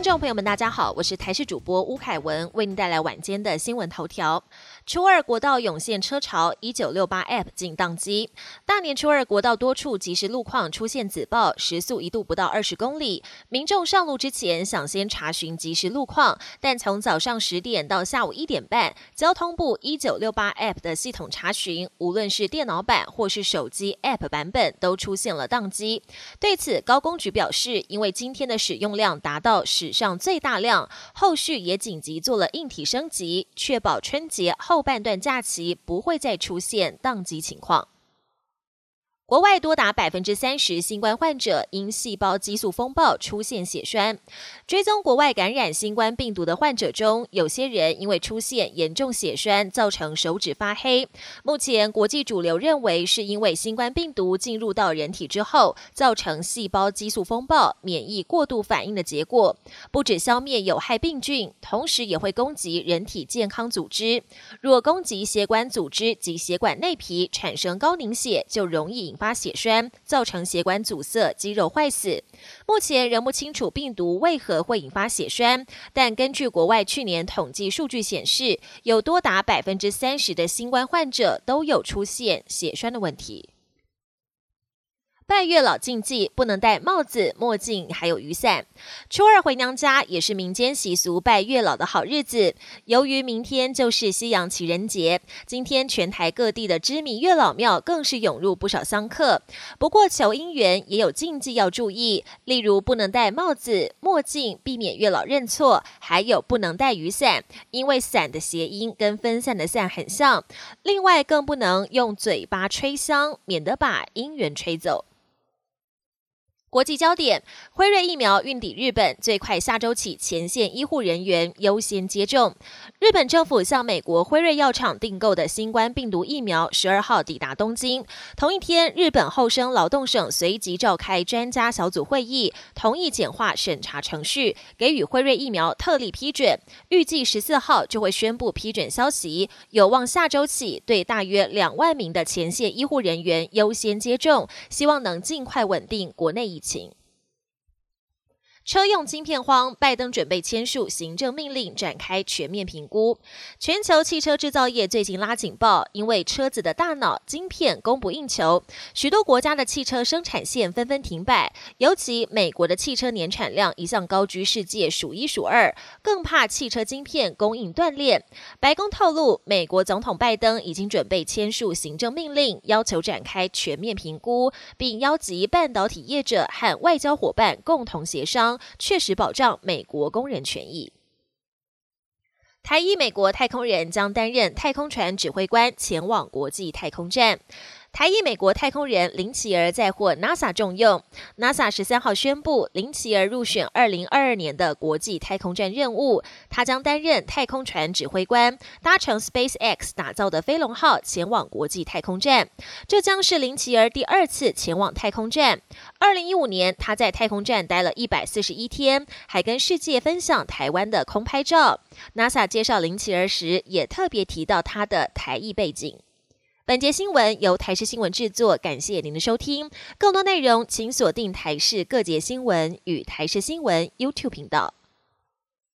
众朋友们，大家好，我是台视主播吴凯文，为您带来晚间的新闻头条。初二国道涌现车潮，1968 App 竟宕机。大年初二，国道多处即时路况出现紫爆，时速一度不到20公里。民众上路之前想先查询即时路况，但从早上10点到下午1点半，交通部1968 App 的系统查询，无论是电脑版或是手机 App 版本，都出现了宕机。对此，高工局表示，因为今天的使用量达到史上最大量，后续也紧急做了硬体升级，确保春节后半段假期不会再出现宕机情况。国外多达30%新冠患者因细胞激素风暴出现血栓。追踪国外感染新冠病毒的患者中，有些人因为出现严重血栓，造成手指发黑。目前国际主流认为是因为新冠病毒进入到人体之后，造成细胞激素风暴、免疫过度反应的结果。不止消灭有害病菌，同时也会攻击人体健康组织。若攻击血管组织及血管内皮，产生高凝血，就容易引发血栓，造成血管阻塞、肌肉坏死。目前仍不清楚病毒为何会引发血栓，但根据国外去年统计数据显示，有多达30%的新冠患者都有出现血栓的问题。拜月老禁忌，不能戴帽子、墨镜，还有雨伞。初二回娘家也是民间习俗拜月老的好日子。由于明天就是西洋情人节，今天全台各地的知名月老庙更是涌入不少香客。不过求姻缘也有禁忌要注意，例如不能戴帽子、墨镜，避免月老认错；还有不能带雨伞，因为伞的谐音跟分散的散很像。另外更不能用嘴巴吹香，免得把姻缘吹走。国际焦点：辉瑞疫苗运抵日本，最快下周起前线医护人员优先接种。日本政府向美国辉瑞药厂订购的新冠病毒疫苗12号抵达东京。同一天，日本厚生劳动省随即召开专家小组会议，同意简化审查程序，给予辉瑞疫苗特例批准。预计14号就会宣布批准消息，有望下周起对大约2万名的前线医护人员优先接种，希望能尽快稳定国内疫情。车用晶片荒，拜登准备签署行政命令，展开全面评估。全球汽车制造业最近拉警报，因为车子的大脑晶片供不应求，许多国家的汽车生产线纷纷停摆。尤其美国的汽车年产量一向高居世界数1数2，更怕汽车晶片供应断裂。白宫透露，美国总统拜登已经准备签署行政命令，要求展开全面评估，并邀集半导体业者和外交伙伴共同协商，确实保障美国工人权益。台裔美国太空人将担任太空船指挥官，前往国际太空站。台裔美国太空人林奇儿再获 NASA 重用。NASA 13号宣布，林奇儿入选2022年的国际太空站任务，他将担任太空船指挥官，搭乘 SpaceX 打造的飞龙号前往国际太空站。这将是林奇儿第2次前往太空站。2015年，他在太空站待了141天，还跟世界分享台湾的空拍照。NASA 介绍林奇儿时，也特别提到他的台裔背景。本节新闻由台视新闻制作，感谢您的收听。更多内容请锁定台视各节新闻与台视新闻 YouTube 频道。